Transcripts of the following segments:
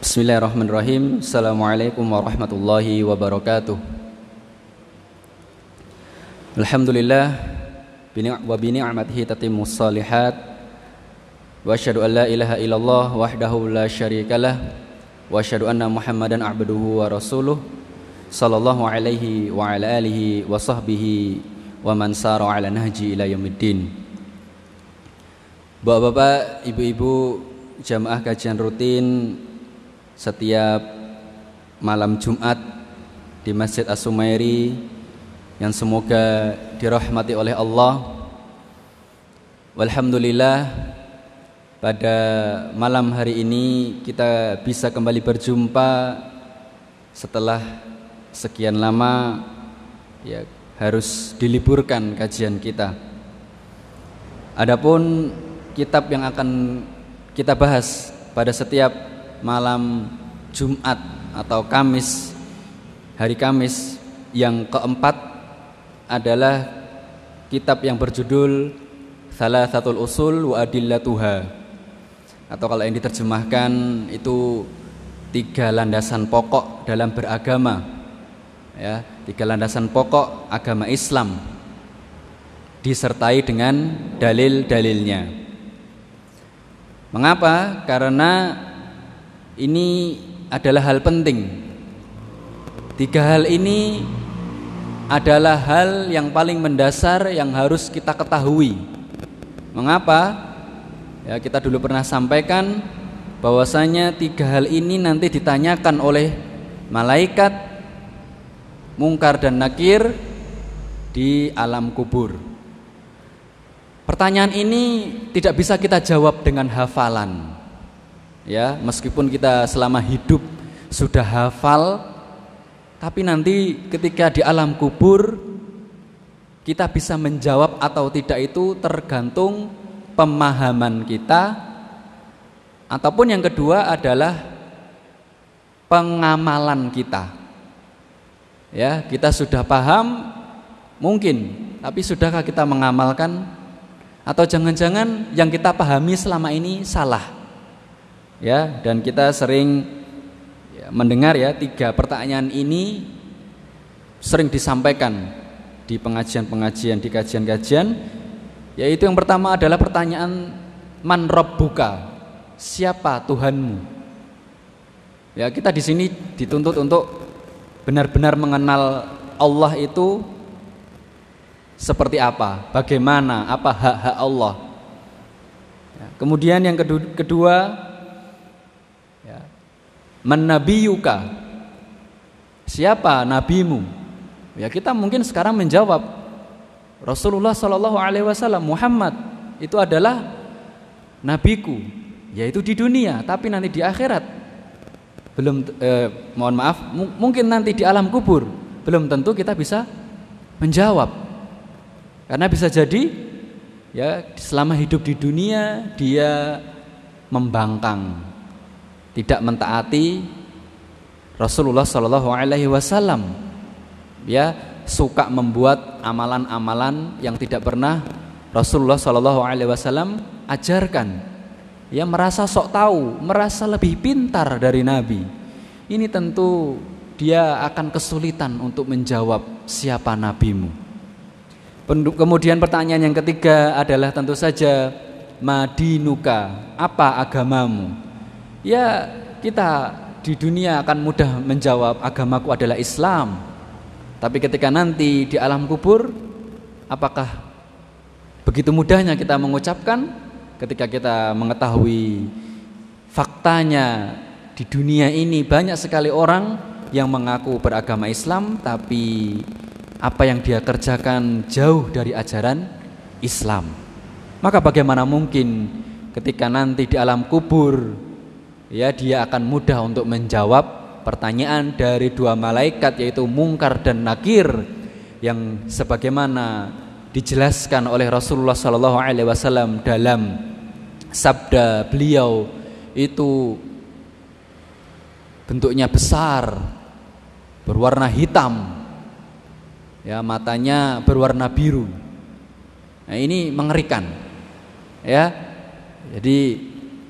Bismillahirrahmanirrahim. Assalamualaikum warahmatullahi wabarakatuh. Alhamdulillah wa bi ni'matihi tatimmus shalihat. Wa asyhadu an la ilaha illallah wahdahu la syarikalah wa asyhadu anna Muhammadan abduhu wa rasuluh sallallahu alaihi wa ala alihi wa sahbihi wa man sara ala nahji ila yaumiddin. Bapak-bapak, ibu-ibu, jamaah kajian rutin setiap malam Jumat di Masjid As-Sumairi yang semoga dirahmati oleh Allah. Walhamdulillah, pada malam hari ini kita bisa kembali berjumpa setelah sekian lama ya harus diliburkan kajian kita. Adapun kitab yang akan kita bahas pada setiap malam Jumat atau Kamis, hari Kamis yang keempat adalah kitab yang berjudul Thalathatul Usul wa Adillatuha, atau kalau yang diterjemahkan itu 3 landasan pokok dalam beragama, ya, 3 landasan pokok agama Islam disertai dengan dalil-dalilnya. Mengapa? Karena ini adalah hal penting. 3 hal ini adalah hal yang paling mendasar yang harus kita ketahui. Mengapa? Ya, kita dulu pernah sampaikan bahwasanya 3 hal ini nanti ditanyakan oleh malaikat Mungkar dan Nakir di alam kubur. Pertanyaan ini tidak bisa kita jawab dengan hafalan. Ya, meskipun kita selama hidup sudah hafal, tapi nanti ketika di alam kubur kita bisa menjawab atau tidak itu tergantung pemahaman kita, ataupun yang kedua adalah pengamalan kita. Ya, kita sudah paham mungkin, tapi sudahkah kita mengamalkan, atau jangan-jangan yang kita pahami selama ini salah? Ya, dan kita sering mendengar ya 3 pertanyaan ini sering disampaikan di pengajian-pengajian, di kajian-kajian, yaitu yang pertama adalah pertanyaan man rabbuka, siapa Tuhanmu? Ya, kita di sini dituntut untuk benar-benar mengenal Allah itu seperti apa, bagaimana, apa hak-hak Allah. Ya, kemudian yang kedua man nabiyuka, siapa nabimu? Ya, kita mungkin sekarang menjawab Rasulullah sallallahu alaihi wasallam, Muhammad itu adalah nabiku, yaitu di dunia, tapi nanti di akhirat belum mohon maaf, mungkin nanti di alam kubur belum tentu kita bisa menjawab. Karena bisa jadi ya selama hidup di dunia dia membangkang, tidak mentaati Rasulullah Shallallahu Alaihi Wasallam, ya, suka membuat amalan-amalan yang tidak pernah Rasulullah Shallallahu Alaihi Wasallam ajarkan, ya, merasa sok tahu, merasa lebih pintar dari Nabi. Ini tentu dia akan kesulitan untuk menjawab siapa nabimu. Kemudian pertanyaan yang ketiga adalah tentu saja madinuka, apa agamamu? Ya, kita di dunia akan mudah menjawab agamaku adalah Islam. Tapi ketika nanti di alam kubur, apakah begitu mudahnya kita mengucapkan ketika kita mengetahui faktanya di dunia ini banyak sekali orang yang mengaku beragama Islam, tapi apa yang dia kerjakan jauh dari ajaran Islam. Maka bagaimana mungkin ketika nanti di alam kubur, ya, dia akan mudah untuk menjawab pertanyaan dari 2 malaikat, yaitu Mungkar dan Nakir, yang sebagaimana dijelaskan oleh Rasulullah Sallallahu Alaihi Wasallam dalam sabda beliau, itu bentuknya besar, berwarna hitam, ya, matanya berwarna biru. Nah, ini mengerikan, ya. Jadi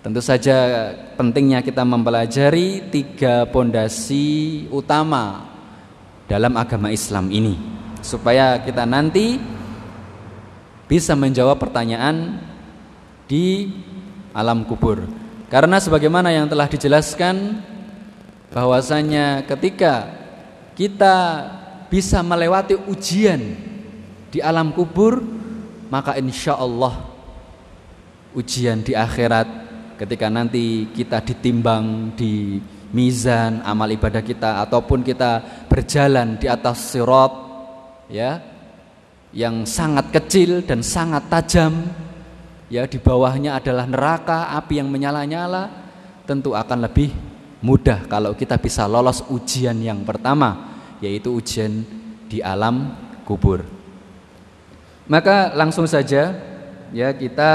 Tentu saja pentingnya kita mempelajari 3 pondasi utama dalam agama Islam ini, supaya kita nanti bisa menjawab pertanyaan di alam kubur. Karena sebagaimana yang telah dijelaskan, bahwasanya ketika kita bisa melewati ujian di alam kubur, maka insya Allah ujian di akhirat ketika nanti kita ditimbang di mizan amal ibadah kita, ataupun kita berjalan di atas sirat, ya, yang sangat kecil dan sangat tajam, ya, di bawahnya adalah neraka, api yang menyala-nyala, tentu akan lebih mudah kalau kita bisa lolos ujian yang pertama, yaitu ujian di alam kubur. Maka langsung saja, ya, kita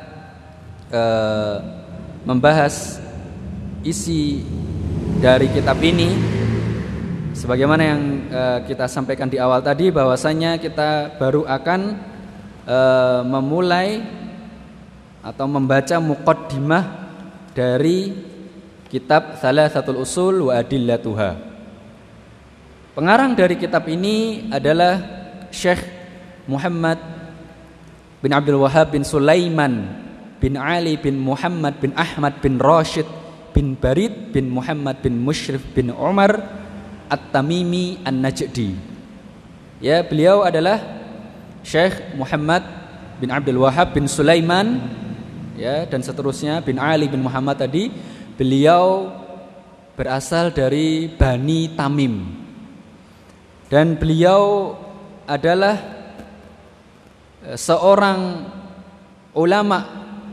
membahas isi dari kitab ini. Sebagaimana yang kita sampaikan di awal tadi, bahwasanya kita baru akan memulai atau membaca muqaddimah dari kitab Thalathatul Usul wa Adillatuha. Pengarang dari kitab ini adalah Syekh Muhammad bin Abdul Wahhab bin Sulaiman bin Ali bin Muhammad bin Ahmad bin Rashid bin Barid bin Muhammad bin Mushrif bin Umar At-Tamimi An-Najdi. Ya, beliau adalah Syekh Muhammad bin Abdul Wahhab bin Sulaiman, ya, dan seterusnya bin Ali bin Muhammad tadi. Beliau berasal dari Bani Tamim, dan beliau adalah seorang ulama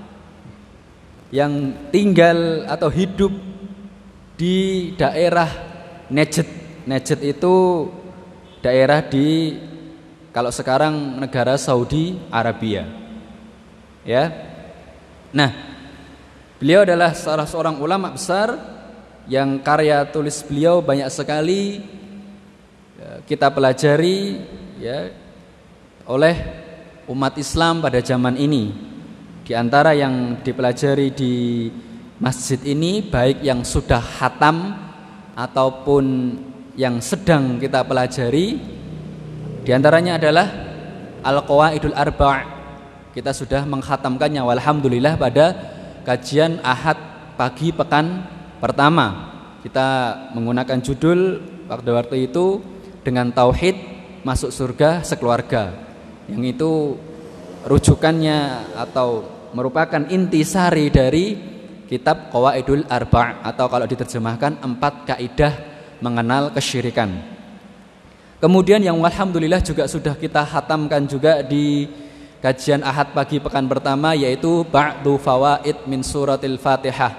yang tinggal atau hidup di daerah Najd. Najd itu daerah di, kalau sekarang, negara Saudi Arabia, ya. Nah, beliau adalah salah seorang ulama besar yang karya tulis beliau banyak sekali kita pelajari, ya, oleh umat Islam pada zaman ini. Di antara yang dipelajari di masjid ini, baik yang sudah khatam ataupun yang sedang kita pelajari, di antaranya adalah Al-Qawaidul Arba'. Kita sudah mengkhatamkannya, walhamdulillah, pada kajian Ahad pagi pekan pertama. Kita menggunakan judul waktu itu dengan tauhid masuk surga sekeluarga, yang itu rujukannya atau merupakan intisari dari kitab Qawaidul Arba', atau kalau diterjemahkan 4 kaidah mengenal kesyirikan. Kemudian yang alhamdulillah juga sudah kita khatamkan juga di kajian Ahad pagi pekan pertama, yaitu Ba'du Fawaid min Suratil Fatihah.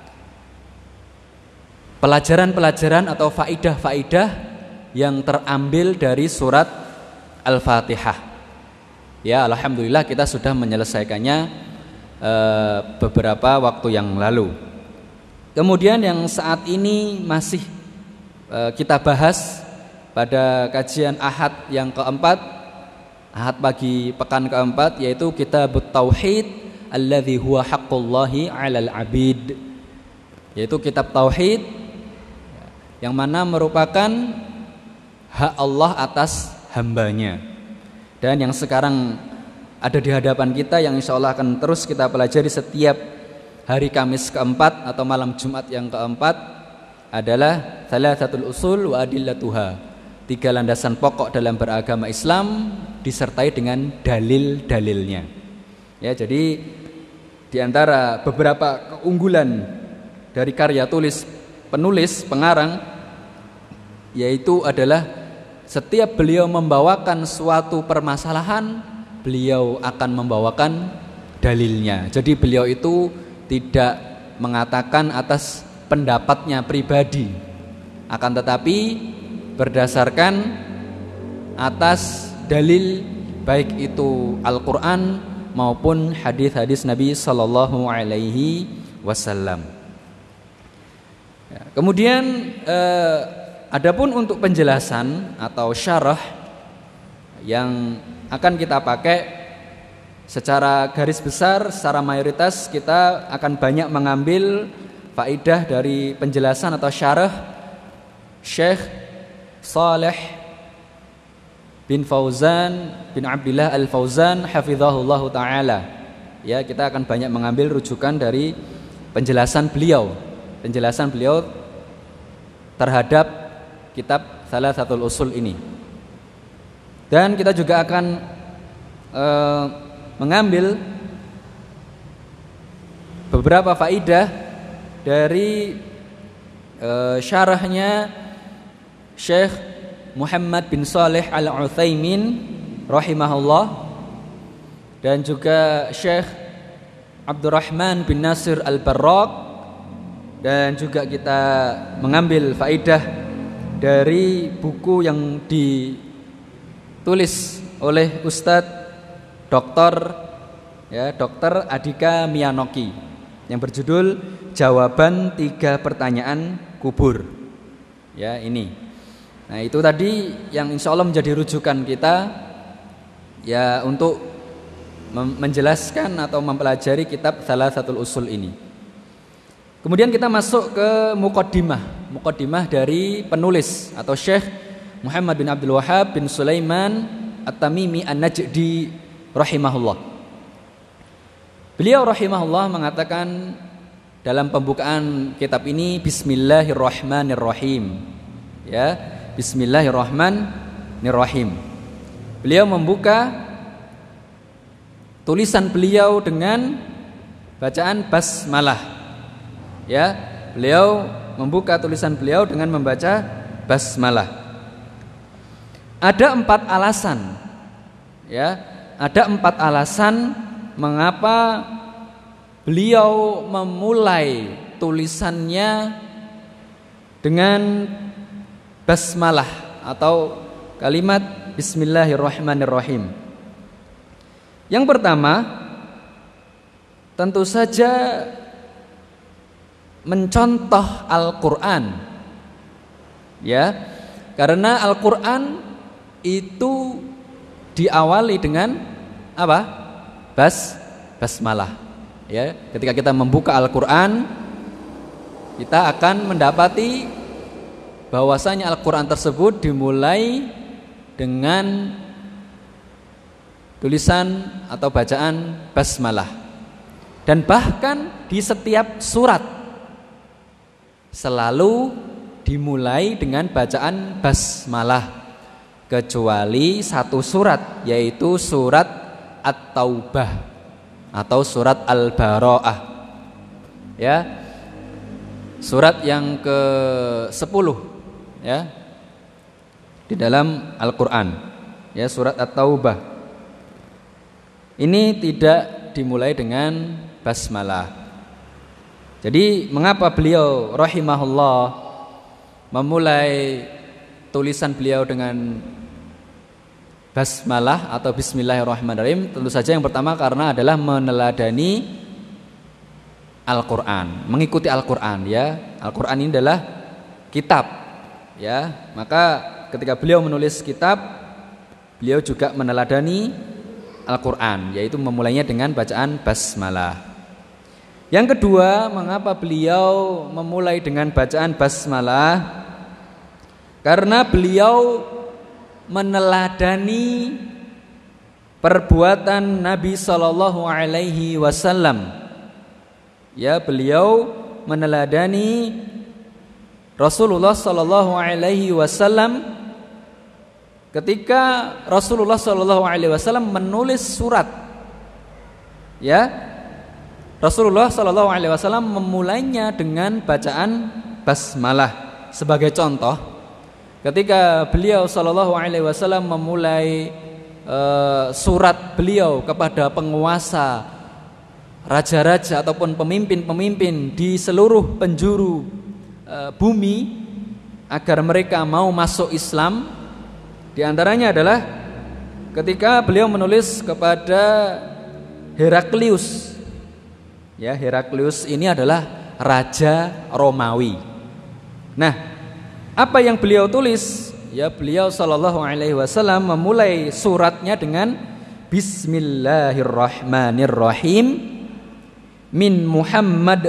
Pelajaran-pelajaran atau faidah-faidah yang terambil dari surat Al-Fatihah. Ya, alhamdulillah kita sudah menyelesaikannya beberapa waktu yang lalu. Kemudian yang saat ini masih kita bahas pada kajian Ahad yang keempat, Ahad pagi pekan keempat, yaitu Kitabut Tauhid alladzi huwa haqqullahi 'alal 'abid, yaitu kitab tauhid yang mana merupakan hak Allah atas hambanya. Dan yang sekarang ada di hadapan kita, yang insya Allah akan terus kita pelajari setiap hari Kamis keempat atau malam Jumat yang keempat, adalah Thalathatul Usul wa Adillatuha, 3 landasan pokok dalam beragama Islam disertai dengan dalil-dalilnya. Ya, jadi di antara beberapa keunggulan dari karya tulis penulis pengarang, yaitu adalah setiap beliau membawakan suatu permasalahan, beliau akan membawakan dalilnya. Jadi beliau itu tidak mengatakan atas pendapatnya pribadi, akan tetapi berdasarkan atas dalil, baik itu Al-Quran maupun hadis-hadis Nabi Sallallahu Alaihi Wasallam. Kemudian adapun untuk penjelasan atau syarah yang akan kita pakai, secara garis besar, secara mayoritas kita akan banyak mengambil faidah dari penjelasan atau syarah Syekh Shalih bin Fauzan bin Abdillah Al-Fauzan hafizahullah ta'ala. Ya, kita akan banyak mengambil rujukan dari penjelasan beliau terhadap kitab Thalathatul Usul ini. Dan kita juga akan mengambil beberapa faidah dari syarahnya Syekh Muhammad bin Shalih Al-Utsaimin rahimahullah, dan juga Syekh Abdurrahman bin Nasir Al-Barraq, dan juga kita mengambil faidah dari buku yang ditulis oleh Ustadz Dr. Adhika Miyanoki yang berjudul Jawaban 3 Pertanyaan Kubur. Ya, ini. Nah, itu tadi yang insya Allah menjadi rujukan kita ya untuk menjelaskan atau mempelajari kitab Thalathatul Usul ini. Kemudian kita masuk ke muqaddimah dari penulis atau Syekh Muhammad bin Abdul Wahhab bin Sulaiman At-Tamimi An-Najdi rahimahullah. Beliau rahimahullah mengatakan dalam pembukaan kitab ini, Bismillahirrahmanirrahim. Ya, Bismillahirrahmanirrahim. Beliau membuka tulisan beliau dengan bacaan basmalah. Ya, beliau membuka tulisan beliau dengan membaca basmalah. Ada 4 alasan. Ya, ada 4 alasan mengapa beliau memulai tulisannya dengan basmalah atau kalimat Bismillahirrahmanirrahim. Yang pertama, tentu saja mencontoh Al-Qur'an. Ya, karena Al-Qur'an itu diawali dengan apa? Basmalah. Ya, ketika kita membuka Al-Qur'an, kita akan mendapati bahwasanya Al-Qur'an tersebut dimulai dengan tulisan atau bacaan basmalah. Dan bahkan di setiap surat selalu dimulai dengan bacaan basmalah, kecuali 1 surat, yaitu surat At-Taubah atau surat Al-Bara'ah. Ya, surat yang ke-10 ya di dalam Al-Qur'an. Ya, surat At-Taubah. Ini tidak dimulai dengan basmalah. Jadi mengapa beliau rahimahullah memulai tulisan beliau dengan basmalah atau Bismillahirrahmanirrahim? Tentu saja yang pertama karena adalah meneladani Al-Qur'an, mengikuti Al-Qur'an. Ya, Al-Qur'an ini adalah kitab. Ya, maka ketika beliau menulis kitab, beliau juga meneladani Al-Qur'an, yaitu memulainya dengan bacaan basmalah. Yang kedua, mengapa beliau memulai dengan bacaan basmalah? Karena beliau meneladani perbuatan Nabi sallallahu alaihi wasallam. Ya, beliau meneladani Rasulullah sallallahu alaihi wasallam ketika Rasulullah sallallahu alaihi wasallam menulis surat. Ya, Rasulullah sallallahu alaihi wasallam memulainya dengan bacaan basmalah. Sebagai contoh, ketika beliau sallallahu alaihi wasallam memulai surat beliau kepada penguasa, raja-raja ataupun pemimpin-pemimpin di seluruh penjuru bumi agar mereka mau masuk Islam, di antaranya adalah ketika beliau menulis kepada Heraklius. Ya, Heraklius ini adalah raja Romawi. Nah, apa yang beliau tulis? Ya, beliau sallallahu alaihi wasallam memulai suratnya dengan Bismillahirrahmanirrahim min Muhammad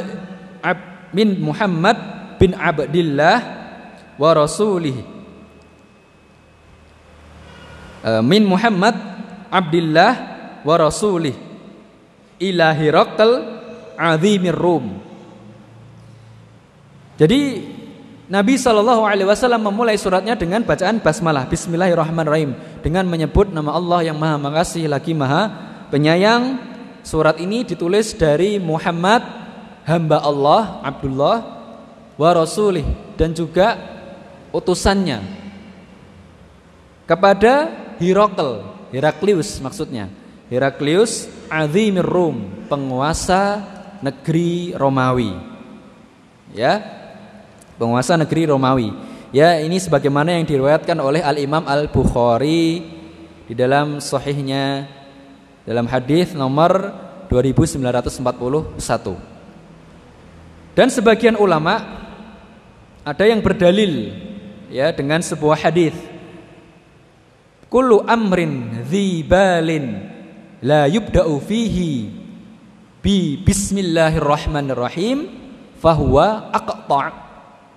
bin Abdillah wa rasulih min Muhammad Abdillah wa rasulih ila Hiraql azimir Rum. Jadi Nabi SAW memulai suratnya dengan bacaan basmalah, Bismillahirrahmanirrahim, dengan menyebut nama Allah yang Maha Mengasih lagi Maha Penyayang. Surat ini ditulis dari Muhammad, hamba Allah, Abdullah, wa rasulih, dan juga utusannya, kepada Heraklius maksudnya, Heraklius azimir Rum, penguasa negeri Romawi. Ya, penguasa negeri Romawi. Ya, ini sebagaimana yang diriwayatkan oleh Al-Imam Al-Bukhari di dalam sahihnya dalam hadis nomor 2941. Dan sebagian ulama ada yang berdalil ya dengan sebuah hadis, kullu amrin dzibalin la yubda'u fihi bi bismillahirrahmanirrahim fahuwa aqta'.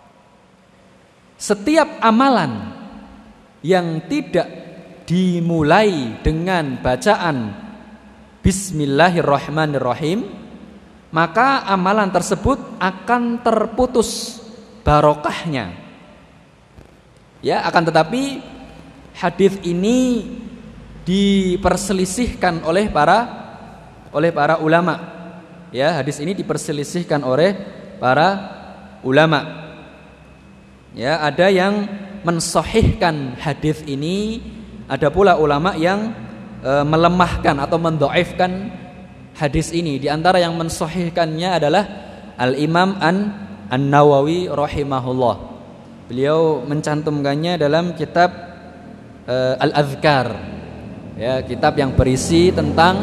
Setiap amalan yang tidak dimulai dengan bacaan Bismillahirrahmanirrahim, maka amalan tersebut akan terputus barokahnya. Ya, akan tetapi hadis ini diperselisihkan oleh para ulama. Ya, hadis ini diperselisihkan oleh para ulama. Ya, ada yang mensahihkan hadis ini, ada pula ulama yang melemahkan atau mendhaifkan hadis ini. Di antara yang mensahihkannya adalah Al-Imam An-Nawawi rahimahullah. Beliau mencantumkannya dalam kitab Al-Adhkar. Ya, kitab yang berisi tentang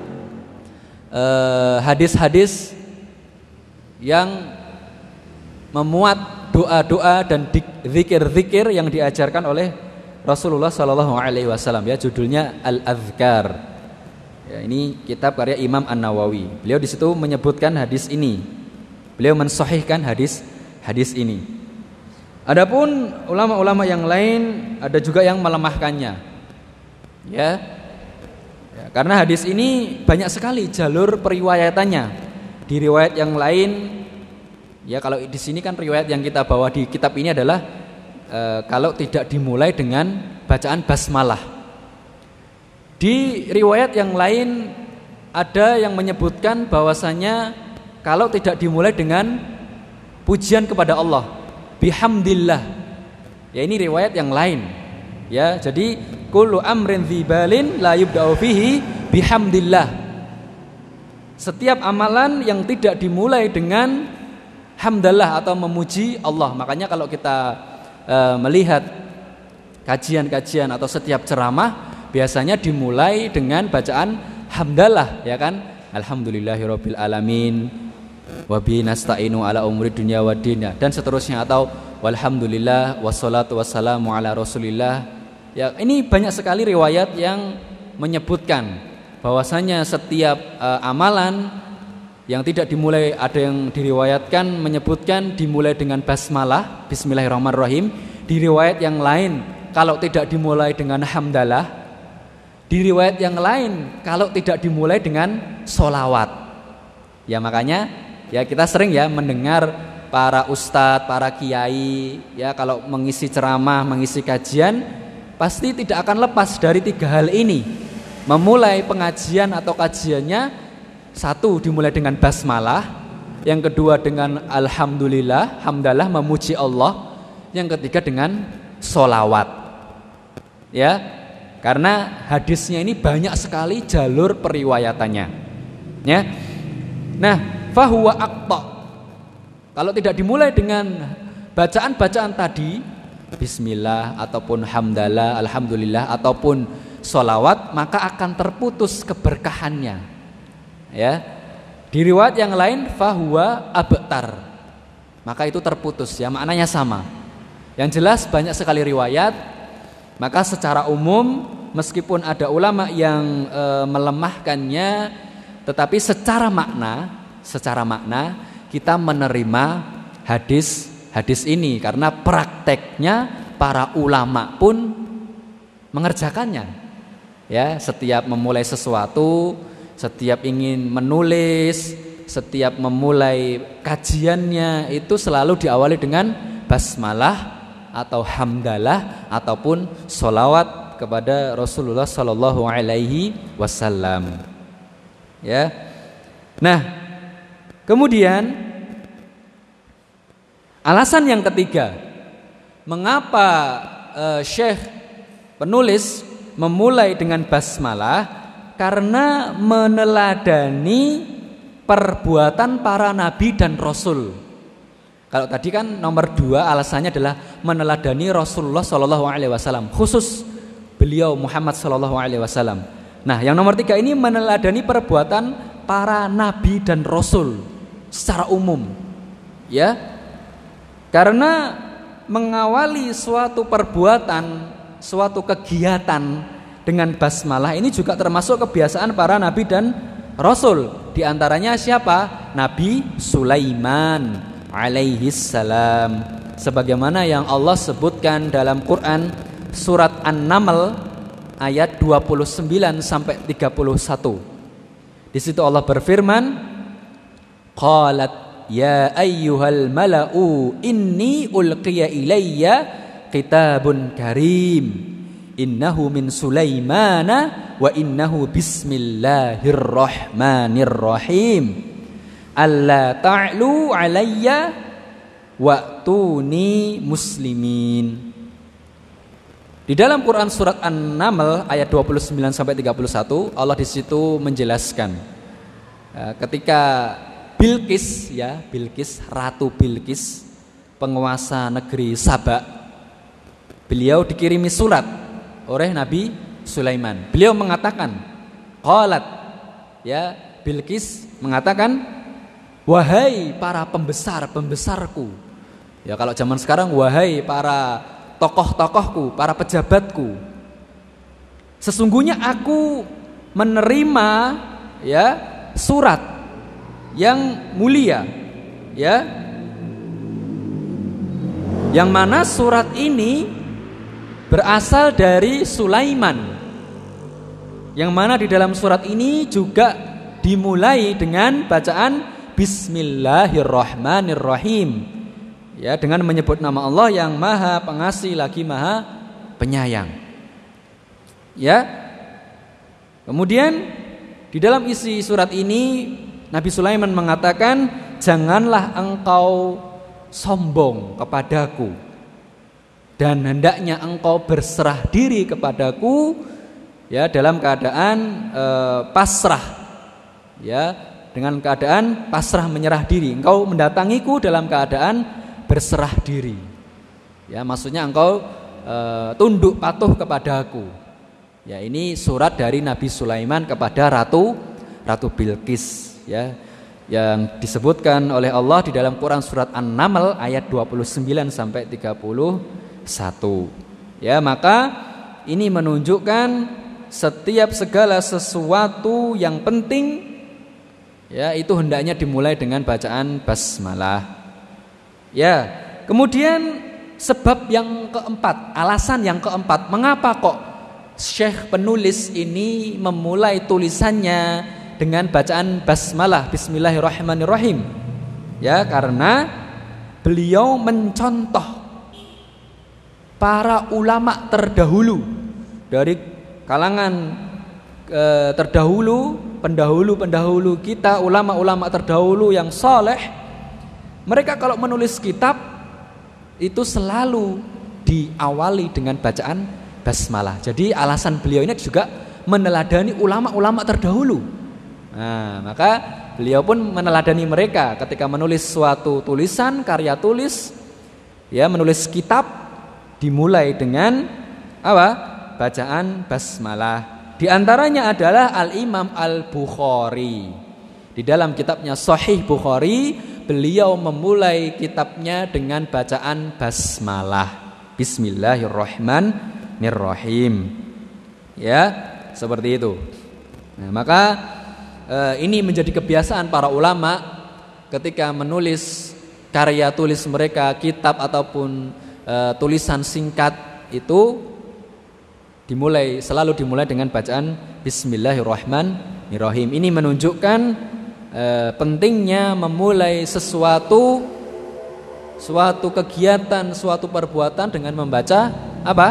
hadis-hadis yang memuat doa-doa dan zikir-zikir yang diajarkan oleh Rasulullah SAW. Ya, judulnya Al-Adhkar. Ya, ini kitab karya Imam An-Nawawi. Beliau di situ menyebutkan hadis ini. Beliau mensahihkan hadis ini. Adapun ulama-ulama yang lain ada juga yang melemahkannya. Ya, karena hadis ini banyak sekali jalur periwayatannya. Di riwayat yang lain, ya kalau di sini kan riwayat yang kita bawa di kitab ini adalah kalau tidak dimulai dengan bacaan basmalah. Di riwayat yang lain ada yang menyebutkan bahwasanya kalau tidak dimulai dengan pujian kepada Allah, bihamdillah. Ya, ini riwayat yang lain. Ya, jadi kullu amrin dzibalin la yubda'u fihi bihamdillah. Setiap amalan yang tidak dimulai dengan hamdalah atau memuji Allah. Makanya kalau kita melihat kajian-kajian atau setiap ceramah biasanya dimulai dengan bacaan hamdalah, ya kan? Alhamdulillahirabbil alamin wa bihi nasta'inu ala umuri dunya waddin, dan seterusnya, atau walhamdulillah wassalatu wassalamu ala rasulillah. Ya, ini banyak sekali riwayat yang menyebutkan bahwasanya setiap amalan yang tidak dimulai, ada yang diriwayatkan menyebutkan dimulai dengan basmalah, bismillahirrahmanirrahim. Di riwayat yang lain kalau tidak dimulai dengan hamdalah. Di riwayat yang lain kalau tidak dimulai dengan sholawat. Ya, makanya ya kita sering ya mendengar para ustadz, para kiai ya kalau mengisi ceramah, mengisi kajian, pasti tidak akan lepas dari tiga hal ini. Memulai pengajian atau kajiannya, satu dimulai dengan basmalah, yang kedua dengan alhamdulillah, hamdalah, memuji Allah, yang ketiga dengan sholawat. Ya, karena hadisnya ini banyak sekali jalur periwayatannya. Ya, nah, fahuwa aqta. Kalau tidak dimulai dengan bacaan-bacaan tadi, bismillah ataupun hamdalah, alhamdulillah ataupun sholawat, maka akan terputus keberkahannya. Ya, di riwayat yang lain fahuwa abtar, maka itu terputus. Ya, maknanya sama. Yang jelas banyak sekali riwayat. Maka secara umum meskipun ada ulama yang melemahkannya, tetapi secara makna kita menerima hadis ini karena prakteknya para ulama pun mengerjakannya. Ya, setiap memulai sesuatu, setiap ingin menulis, setiap memulai kajiannya itu selalu diawali dengan basmalah atau hamdalah ataupun sholawat kepada Rasulullah Sallallahu Alaihi Wasallam. Ya, nah kemudian alasan yang ketiga, mengapa Syekh penulis memulai dengan basmalah? Karena meneladani perbuatan para nabi dan rasul. Kalau tadi kan nomor 2 alasannya adalah meneladani Rasulullah Sallallahu Alaihi Wasallam, khusus beliau Muhammad Sallallahu Alaihi Wasallam. Nah, yang nomor 3 ini meneladani perbuatan para nabi dan rasul secara umum, ya. Karena mengawali suatu perbuatan, suatu kegiatan dengan basmalah ini juga termasuk kebiasaan para nabi dan rasul. Di antaranya siapa? Nabi Sulaiman alaihi salam, sebagaimana yang Allah sebutkan dalam Quran surat An-Naml ayat 29 sampai 31. Di situ Allah berfirman, qalat ya ayyuhal mala'u inni ulqiya ilayya kitabun karim innahu min Sulaimana wa innahu bismillahirrahmanirrahim alla ta'lu alayya wa'tuni muslimin. Di dalam Quran surat An-Naml ayat 29 sampai 31 Allah di situ menjelaskan ketika Bilqis, Ratu Bilqis, penguasa negeri Saba, beliau dikirimi surat oleh Nabi Sulaiman. Beliau mengatakan, qalat, ya, Bilqis mengatakan, wahai para pembesarku. Ya, kalau zaman sekarang wahai para tokoh-tokohku, para pejabatku. Sesungguhnya aku menerima, ya, surat yang mulia, ya, yang mana surat ini berasal dari Sulaiman, yang mana di dalam surat ini juga dimulai dengan bacaan Bismillahirrahmanirrahim, ya, dengan menyebut nama Allah yang Maha Pengasih lagi Maha Penyayang. Ya. Kemudian di dalam isi surat ini Nabi Sulaiman mengatakan, janganlah engkau sombong kepadaku dan hendaknya engkau berserah diri kepadaku, ya, dalam keadaan pasrah, ya, dengan keadaan pasrah menyerah diri. Engkau mendatangiku dalam keadaan berserah diri, ya, maksudnya engkau tunduk patuh kepadaku. Ya, ini surat dari Nabi Sulaiman kepada Ratu Bilqis, ya, yang disebutkan oleh Allah di dalam Quran surat An-Naml ayat 29 sampai 31. Ya, maka ini menunjukkan setiap segala sesuatu yang penting, ya, itu hendaknya dimulai dengan bacaan basmalah. Ya, kemudian sebab yang keempat, alasan yang keempat, mengapa kok Syekh penulis ini memulai tulisannya dengan bacaan basmalah, bismillahirrahmanirrahim? Ya, karena beliau mencontoh para ulama terdahulu dari kalangan terdahulu, pendahulu kita, ulama-ulama terdahulu yang saleh. Mereka kalau menulis kitab itu selalu diawali dengan bacaan basmalah. Jadi alasan beliau ini juga meneladani ulama-ulama terdahulu. Nah, maka beliau pun meneladani mereka ketika menulis suatu tulisan, karya tulis, ya, menulis kitab dimulai dengan apa? Bacaan basmalah. Di antaranya adalah Al-Imam Al-Bukhari. Di dalam kitabnya Sahih Bukhari, beliau memulai kitabnya dengan bacaan basmalah, Bismillahirrahmanirrahim. Ya, seperti itu. Nah, maka ini menjadi kebiasaan para ulama ketika menulis karya tulis mereka, kitab ataupun tulisan singkat itu selalu dimulai dengan bacaan Bismillahirrahmanirrahim. Ini menunjukkan pentingnya memulai suatu kegiatan, suatu perbuatan dengan membaca apa?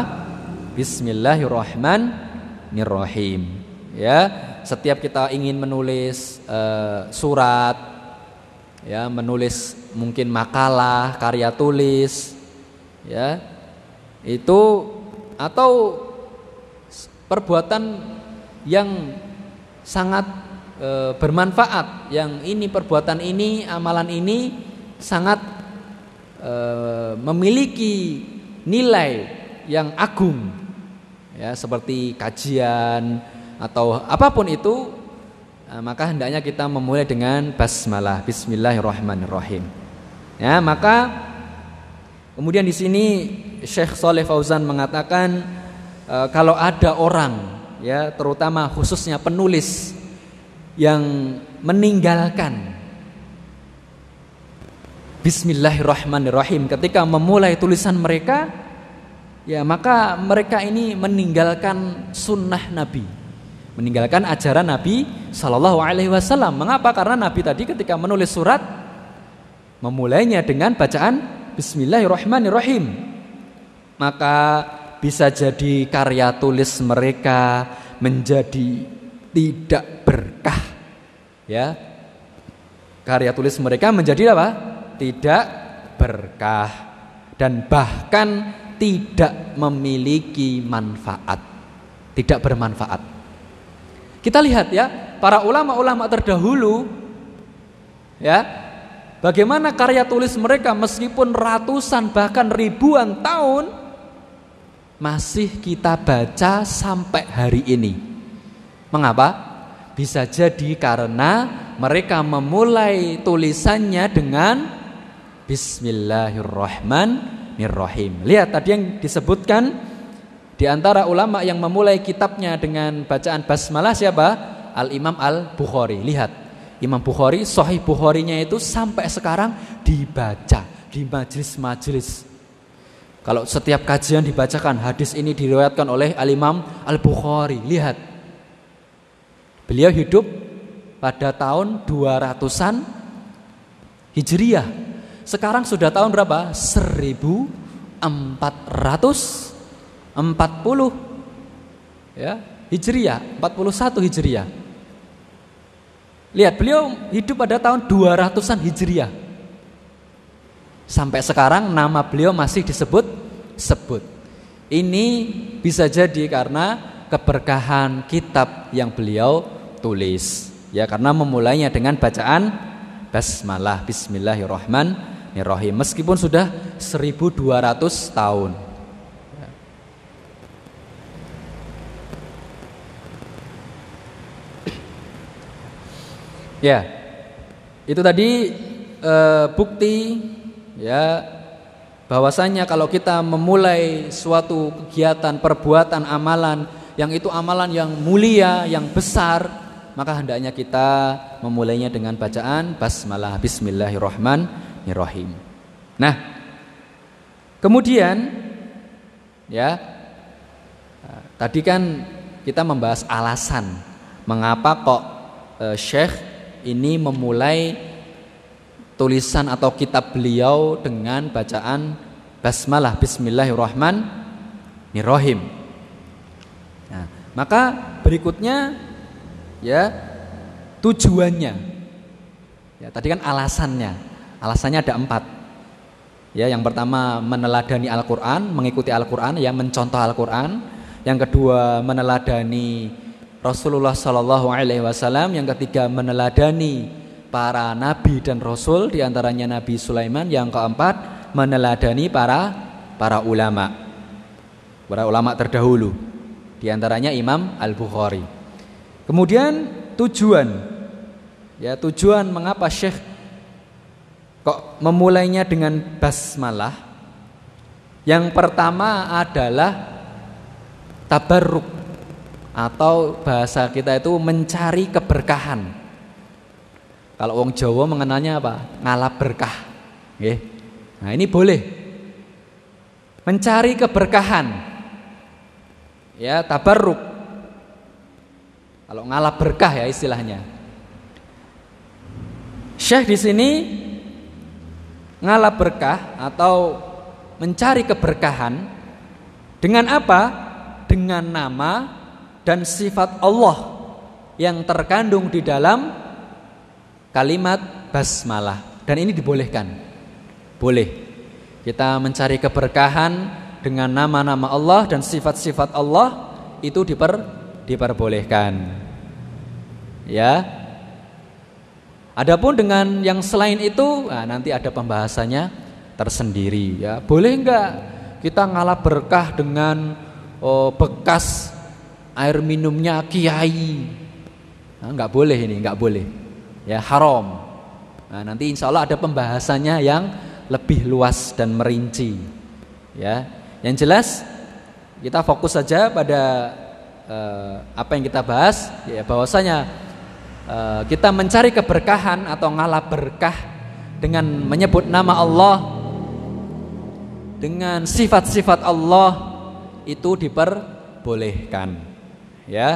Bismillahirrahmanirrahim. Ya, setiap kita ingin menulis surat, ya, menulis mungkin makalah, karya tulis, ya, itu atau perbuatan yang sangat bermanfaat, yang ini perbuatan ini, amalan ini sangat memiliki nilai yang agung, ya, seperti kajian atau apapun itu, maka hendaknya kita memulai dengan basmalah, Bismillahirrahmanirrahim. Ya, maka kemudian di sini Syekh Shalih Fauzan mengatakan kalau ada orang, ya, terutama khususnya penulis yang meninggalkan Bismillahirrahmanirrahim ketika memulai tulisan mereka, ya, maka mereka ini meninggalkan sunnah Nabi, meninggalkan ajaran Nabi Sallallahu Alaihi Wasallam. Mengapa? Karena Nabi tadi ketika menulis surat memulainya dengan bacaan Bismillahirrahmanirrahim. Maka bisa jadi karya tulis mereka menjadi tidak berkah, ya. Karya tulis mereka menjadi apa? Tidak berkah dan bahkan tidak memiliki manfaat, tidak bermanfaat. Kita lihat, ya, para ulama-ulama terdahulu, ya, bagaimana karya tulis mereka meskipun ratusan bahkan ribuan tahun masih kita baca sampai hari ini. Mengapa? Bisa jadi karena mereka memulai tulisannya dengan Bismillahirrahmanirrahim. Lihat tadi yang disebutkan, di antara ulama yang memulai kitabnya dengan bacaan basmalah siapa? Al-Imam Al-Bukhari. Lihat, Imam Bukhari, Sahih Bukharinya itu sampai sekarang dibaca di majelis-majelis. Kalau setiap kajian dibacakan, hadis ini diriwayatkan oleh Al-Imam Al-Bukhari. Lihat, beliau hidup pada tahun 200-an Hijriyah. Sekarang sudah tahun berapa? 1440, ya, Hijriyah, 41 Hijriyah. Lihat, beliau hidup pada tahun 200-an Hijriyah. Sampai sekarang nama beliau masih disebut-sebut. Ini bisa jadi karena keberkahan kitab yang beliau tulis, ya, karena memulainya dengan bacaan basmalah, Bismillahirrahmanirrahim, meskipun sudah 1200 tahun. Ya, itu tadi bukti, ya, bahwasanya kalau kita memulai suatu kegiatan, perbuatan, amalan yang itu amalan yang mulia, yang besar, maka hendaknya kita memulainya dengan bacaan basmalah, Bismillahirrahmanirrahim. Nah, kemudian, ya, tadi kan kita membahas alasan mengapa kok Syekh ini memulai tulisan atau kitab beliau dengan bacaan basmalah, Bismillahirrahmanirrahim. Nah, maka berikutnya, ya, tujuannya. Ya, tadi kan alasannya. Alasannya ada 4. Ya, yang pertama meneladani Al-Qur'an, mengikuti Al-Qur'an, ya, mencontoh Al-Qur'an. Yang kedua meneladani Rasulullah Sallallahu Alaihi Wasallam. Yang ketiga meneladani para nabi dan rasul, diantaranya Nabi Sulaiman. Yang keempat meneladani para ulama terdahulu, diantaranya Imam Al-Bukhari. Kemudian tujuan, ya, tujuan mengapa Syekh kok memulainya dengan basmalah. Yang pertama adalah tabarruk, atau bahasa kita itu mencari keberkahan. Kalau wong Jawa mengenalnya apa? Ngalap berkah. Nggih. Nah, ini boleh. Mencari keberkahan. Ya, tabarruk. Kalau ngalap berkah ya istilahnya. Syekh di sini ngalap berkah atau mencari keberkahan dengan apa? Dengan nama dan sifat Allah yang terkandung di dalam kalimat basmalah. Dan ini dibolehkan. Boleh. Kita mencari keberkahan dengan nama-nama Allah dan sifat-sifat Allah itu diperbolehkan. Ya. Adapun dengan yang selain itu, nah nanti ada pembahasannya tersendiri. Ya, boleh enggak kita ngalap berkah dengan bekas air minumnya kiai? Nah, enggak boleh ini, enggak boleh. Ya, haram. Nah, nanti insya Allah ada pembahasannya yang lebih luas dan merinci. Ya, yang jelas kita fokus saja pada apa yang kita bahas, ya bahwasanya kita mencari keberkahan atau ngalap berkah dengan menyebut nama Allah, dengan sifat-sifat Allah itu diperbolehkan. Ya.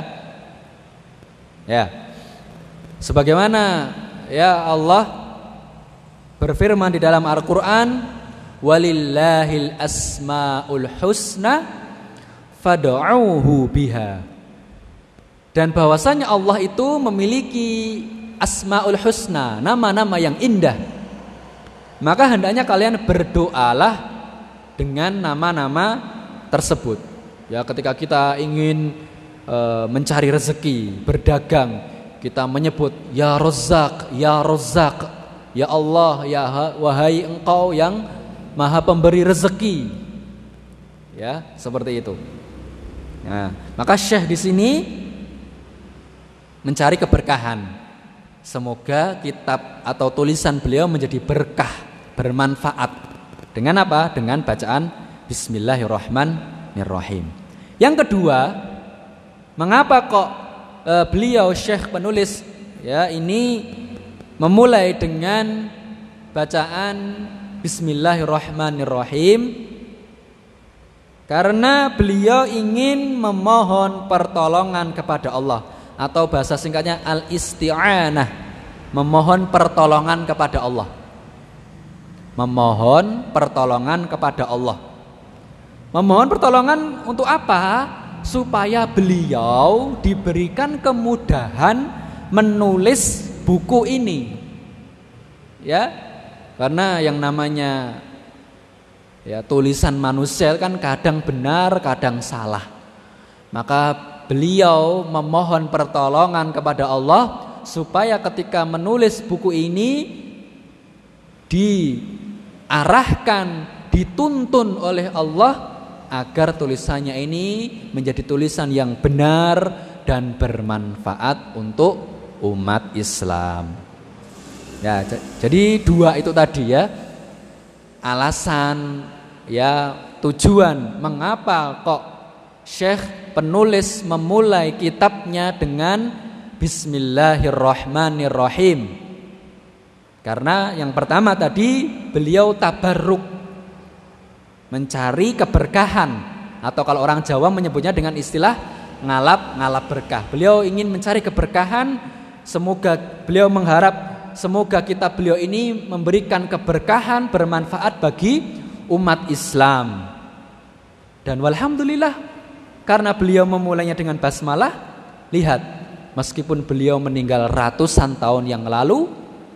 Ya. Sebagaimana ya Allah berfirman di dalam Al-Qur'an, walillahil asmaul husna fad'uuhu biha. Dan bahwasanya Allah itu memiliki asmaul husna, nama-nama yang indah. Maka hendaknya kalian berdoalah dengan nama-nama tersebut. Ya, ketika kita ingin mencari rezeki, berdagang, kita menyebut ya Razzaq, ya Razzaq, ya Allah, ya wahai Engkau yang Maha Pemberi rezeki. Ya, seperti itu. Nah, maka Syekh di sini mencari keberkahan. Semoga kitab atau tulisan beliau menjadi berkah, bermanfaat. Dengan apa? Dengan bacaan Bismillahirrahmanirrahim. Yang kedua, mengapa kok beliau Syekh penulis ya ini memulai dengan bacaan Bismillahirrahmanirrahim? Karena beliau ingin memohon pertolongan kepada Allah, atau bahasa singkatnya al-isti'anah, memohon pertolongan kepada Allah. Memohon pertolongan kepada Allah. Memohon pertolongan untuk apa? Supaya beliau diberikan kemudahan menulis buku ini. Ya, karena yang namanya ya tulisan manusia kan kadang benar, kadang salah. Maka beliau memohon pertolongan kepada Allah supaya ketika menulis buku ini diarahkan, dituntun oleh Allah agar tulisannya ini menjadi tulisan yang benar dan bermanfaat untuk umat Islam. Ya, jadi dua itu tadi ya. Alasan ya, tujuan mengapa kok Syekh penulis memulai kitabnya dengan Bismillahirrahmanirrahim. Karena yang pertama tadi beliau tabarruk, mencari keberkahan, atau kalau orang Jawa menyebutnya dengan istilah ngalap berkah. Beliau ingin mencari keberkahan, semoga beliau mengharap semoga kitab beliau ini memberikan keberkahan, bermanfaat bagi umat Islam. Dan walhamdulillah, karena beliau memulainya dengan basmalah, lihat, meskipun beliau meninggal ratusan tahun yang lalu,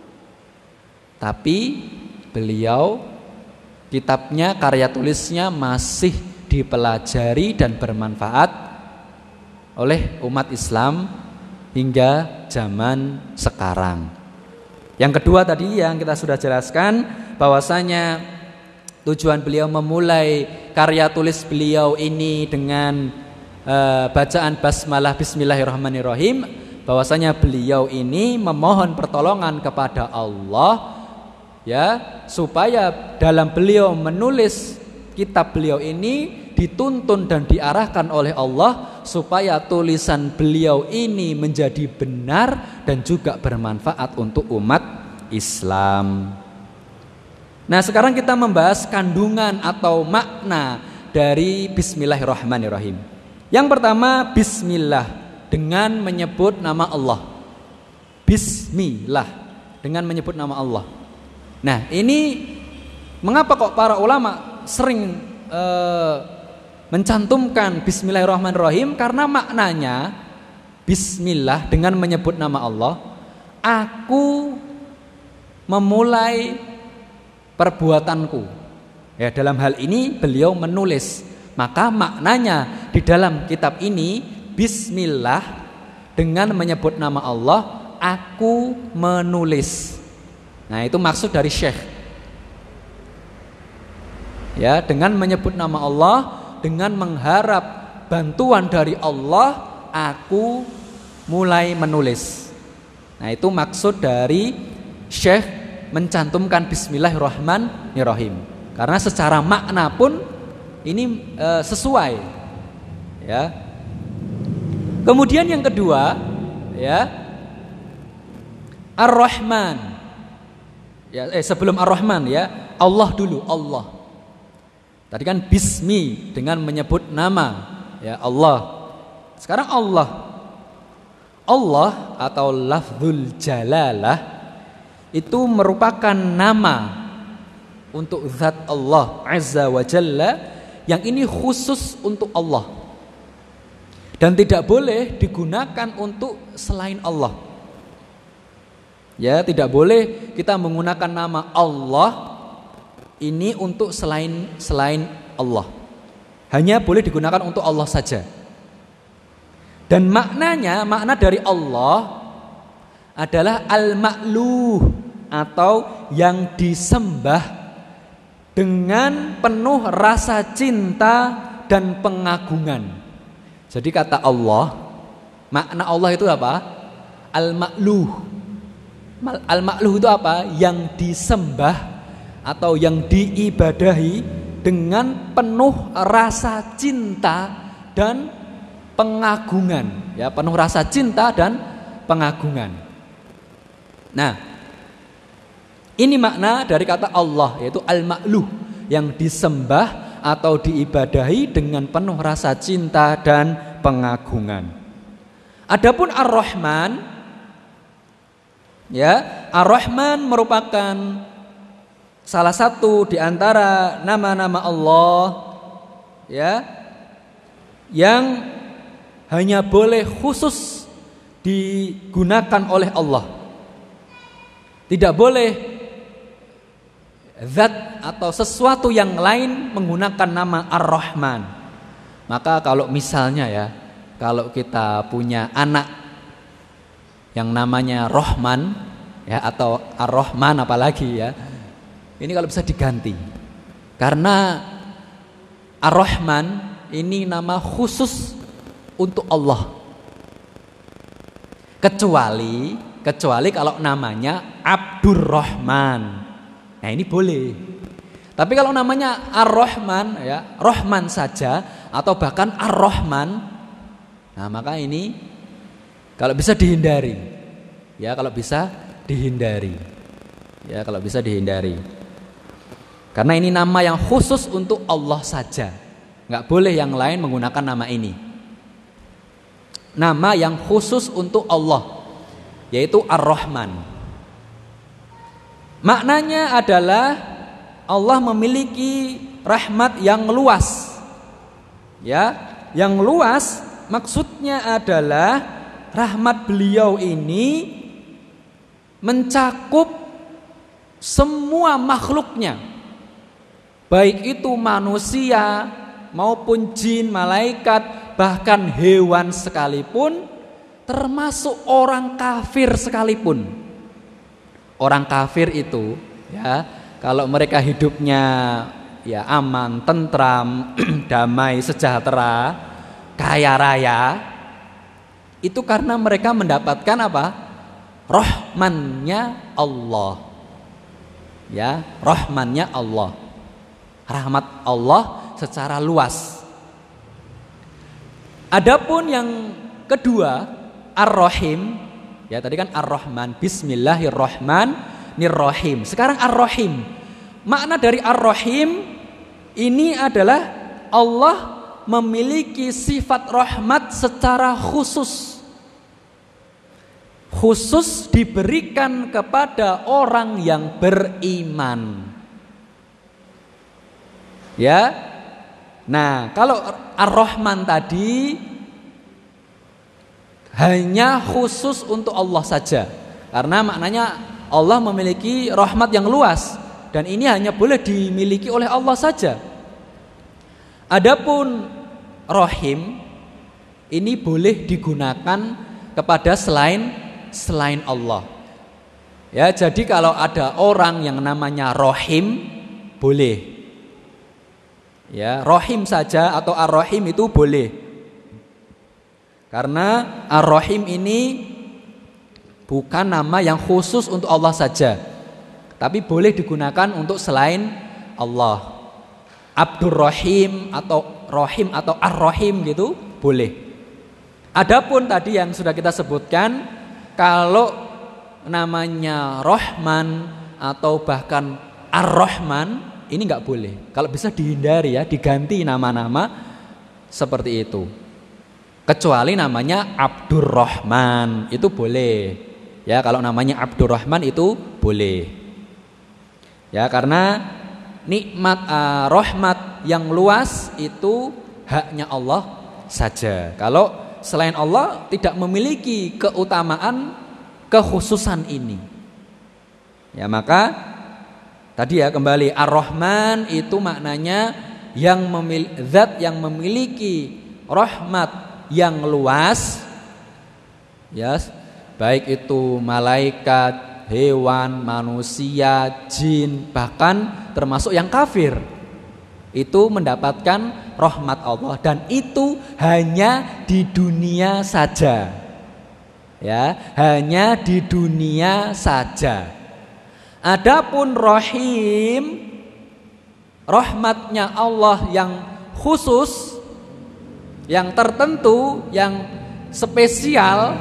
tapi beliau kitabnya, karya tulisnya masih dipelajari dan bermanfaat oleh umat Islam hingga zaman sekarang. Yang kedua tadi yang kita sudah jelaskan, bahwasanya tujuan beliau memulai karya tulis beliau ini dengan bacaan basmalah Bismillahirrahmanirrahim, bahwasanya beliau ini memohon pertolongan kepada Allah ya, supaya dalam beliau menulis kitab beliau ini dituntun dan diarahkan oleh Allah supaya tulisan beliau ini menjadi benar dan juga bermanfaat untuk umat Islam. Nah, sekarang kita membahas kandungan atau makna dari Bismillahirrahmanirrahim. Yang pertama, bismillah, dengan menyebut nama Allah. Bismillah, dengan menyebut nama Allah. Nah, ini mengapa kok para ulama sering mencantumkan Bismillahirrahmanirrahim? Karena maknanya bismillah dengan menyebut nama Allah, aku memulai perbuatanku. Ya, dalam hal ini beliau menulis. Maka maknanya di dalam kitab ini, bismillah dengan menyebut nama Allah, aku menulis. Nah, itu maksud dari Syekh. Ya, dengan menyebut nama Allah, dengan mengharap bantuan dari Allah, aku mulai menulis. Nah, itu maksud dari Syekh mencantumkan Bismillahirrahmanirrahim. Karena secara makna pun ini sesuai. Ya. Kemudian yang kedua, ya, Ar-Rahman. Ya, sebelum Ar-Rahman ya, Allah dulu, Allah. Tadi kan bismi dengan menyebut nama, ya, Allah. Sekarang Allah. Allah atau lafzul jalalah itu merupakan nama untuk zat Allah Azza wa Jalla yang ini khusus untuk Allah dan tidak boleh digunakan untuk selain Allah. Ya, tidak boleh kita menggunakan nama Allah ini untuk selain Allah. Hanya boleh digunakan untuk Allah saja. Dan maknanya, makna dari Allah adalah al-ma'luh atau yang disembah dengan penuh rasa cinta dan pengagungan. Jadi kata Allah, makna Allah itu apa? Al-ma'luh. Al-ma'luh itu apa? Yang disembah atau yang diibadahi dengan penuh rasa cinta dan pengagungan, ya, penuh rasa cinta dan pengagungan. Nah, ini makna dari kata Allah, yaitu al-ma'luh, yang disembah atau diibadahi dengan penuh rasa cinta dan pengagungan. Adapun Ar-Rahman, ya, Ar-Rahman merupakan salah satu di antara nama-nama Allah, ya, yang hanya boleh khusus digunakan oleh Allah. Tidak boleh zat atau sesuatu yang lain menggunakan nama Ar-Rahman. Maka kalau misalnya, ya, kalau kita punya anak yang namanya Rahman, ya, atau Ar-Rahman apalagi, ya, ini kalau bisa diganti. Karena Ar-Rahman ini nama khusus untuk Allah. Kecuali kalau namanya Abdurrahman. Nah, ini boleh. Tapi kalau namanya Ar-Rahman, ya, Rahman saja atau bahkan Ar-Rahman, nah maka ini kalau bisa dihindari. Ya, kalau bisa dihindari. Ya, kalau bisa dihindari. Karena ini nama yang khusus untuk Allah saja. Nggak boleh yang lain menggunakan nama ini. Nama yang khusus untuk Allah, yaitu Ar-Rahman. Maknanya adalah Allah memiliki rahmat yang luas. Ya, yang luas maksudnya adalah rahmat beliau ini mencakup semua makhluknya. Baik itu manusia maupun jin, malaikat, bahkan hewan sekalipun, termasuk orang kafir sekalipun. Orang kafir itu, ya, kalau mereka hidupnya, ya, aman, tentram, damai, sejahtera, kaya raya, itu karena mereka mendapatkan apa? Rahmannya Allah. Ya, rahmannya Allah. Rahmat Allah secara luas. Adapun yang kedua, Ar-Rahim, ya tadi kan Ar-Rahman, Bismillahirrahmanirrahim. Sekarang Ar-Rahim. Makna dari Ar-Rahim ini adalah Allah memiliki sifat rahmat secara khusus. Khusus diberikan kepada orang yang beriman. Ya. Nah, kalau Ar-Rahman tadi hanya khusus untuk Allah saja. Karena maknanya Allah memiliki rahmat yang luas dan ini hanya boleh dimiliki oleh Allah saja. Adapun Rahim ini boleh digunakan kepada selain Allah. Ya, jadi kalau ada orang yang namanya Rahim boleh. Ya, Rahim saja atau Ar-Rahim itu boleh. Karena Ar-Rahim ini bukan nama yang khusus untuk Allah saja, tapi boleh digunakan untuk selain Allah. Abdur Rahim atau Rahim atau Ar-Rahim gitu boleh. Adapun tadi yang sudah kita sebutkan, kalau namanya Rahman atau bahkan Ar-Rahman ini nggak boleh. Kalau bisa dihindari ya, diganti nama-nama seperti itu. Kecuali namanya Abdurrahman itu boleh. Ya, kalau namanya Abdurrahman itu boleh. Ya, karena nikmat rahmat yang luas itu haknya Allah saja. Kalau selain Allah tidak memiliki keutamaan kekhususan ini. Ya, maka tadi ya kembali Ar-Rahman itu maknanya zat yang memiliki rahmat yang luas, ya, baik itu malaikat, hewan, manusia, jin, bahkan termasuk yang kafir itu mendapatkan rahmat Allah dan itu hanya di dunia saja. Ya, hanya di dunia saja. Adapun Rahim, rahmatnya Allah yang khusus, yang tertentu, yang spesial,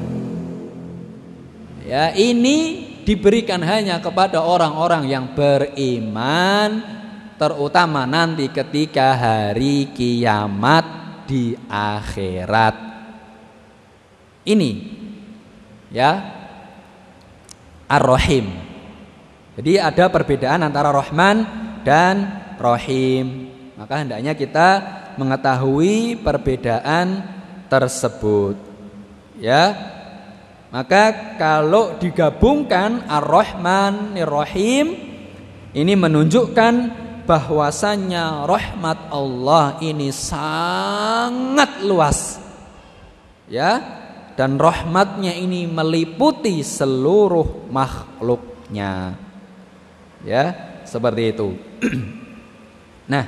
ya, ini diberikan hanya kepada orang-orang yang beriman, terutama nanti ketika hari kiamat di akhirat. Ini ya Ar-Rahim. Jadi ada perbedaan antara Rahman dan Rahim. Maka hendaknya kita mengetahui perbedaan tersebut. Ya. Maka kalau digabungkan Ar-Rahman Ar-Rahim ini menunjukkan bahwasannya rahmat Allah ini sangat luas. Ya, dan rahmatnya ini meliputi seluruh makhluknya. Ya, seperti itu. Nah,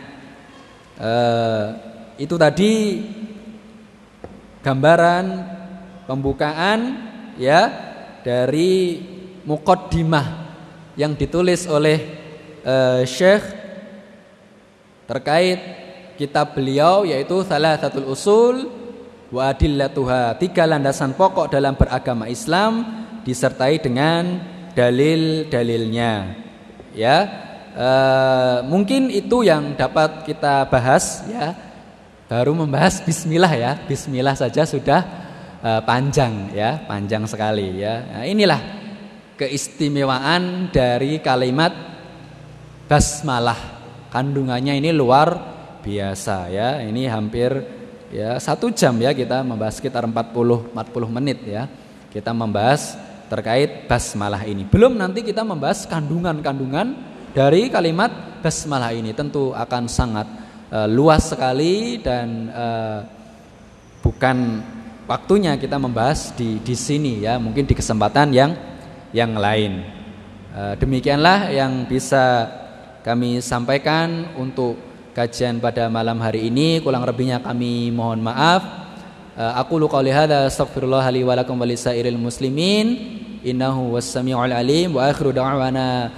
itu tadi gambaran pembukaan ya dari muqaddimah yang ditulis oleh Syekh terkait kitab beliau yaitu Thalathatul Usul wa Adillatuha, 3 landasan pokok dalam beragama Islam disertai dengan dalil-dalilnya. Ya, mungkin itu yang dapat kita bahas ya. Baru membahas bismillah ya. Bismillah saja sudah panjang ya, panjang sekali ya. Nah, inilah keistimewaan dari kalimat basmalah. Kandungannya ini luar biasa ya. Ini hampir ya 1 jam ya kita membahas, sekitar 40 menit ya. Kita membahas terkait basmalah ini. Belum nanti kita membahas kandungan-kandungan dari kalimat basmalah ini. Tentu akan sangat luas sekali dan bukan waktunya kita membahas di sini ya. Mungkin di kesempatan yang lain. Demikianlah yang bisa kami sampaikan untuk kajian pada malam hari ini. Kurang lebihnya kami mohon maaf. Aqulu qouli hadza astaghfirullah li wa lakum wa lisairil muslimin innahu was-sami'ul alim wa akhiru da'wana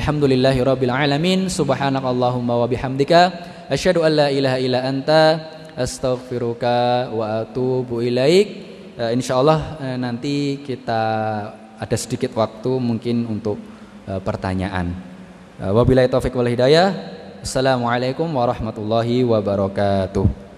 alhamdulillahi rabbil alamin subhanakallahumma wa bihamdika asyhadu an la ilaha illa anta astaghfiruka wa atubu ilaik. Insyaallah nanti kita ada sedikit waktu mungkin untuk pertanyaan. Wabillahi taufik wal hidayah. Assalamualaikum warahmatullahi wabarakatuh.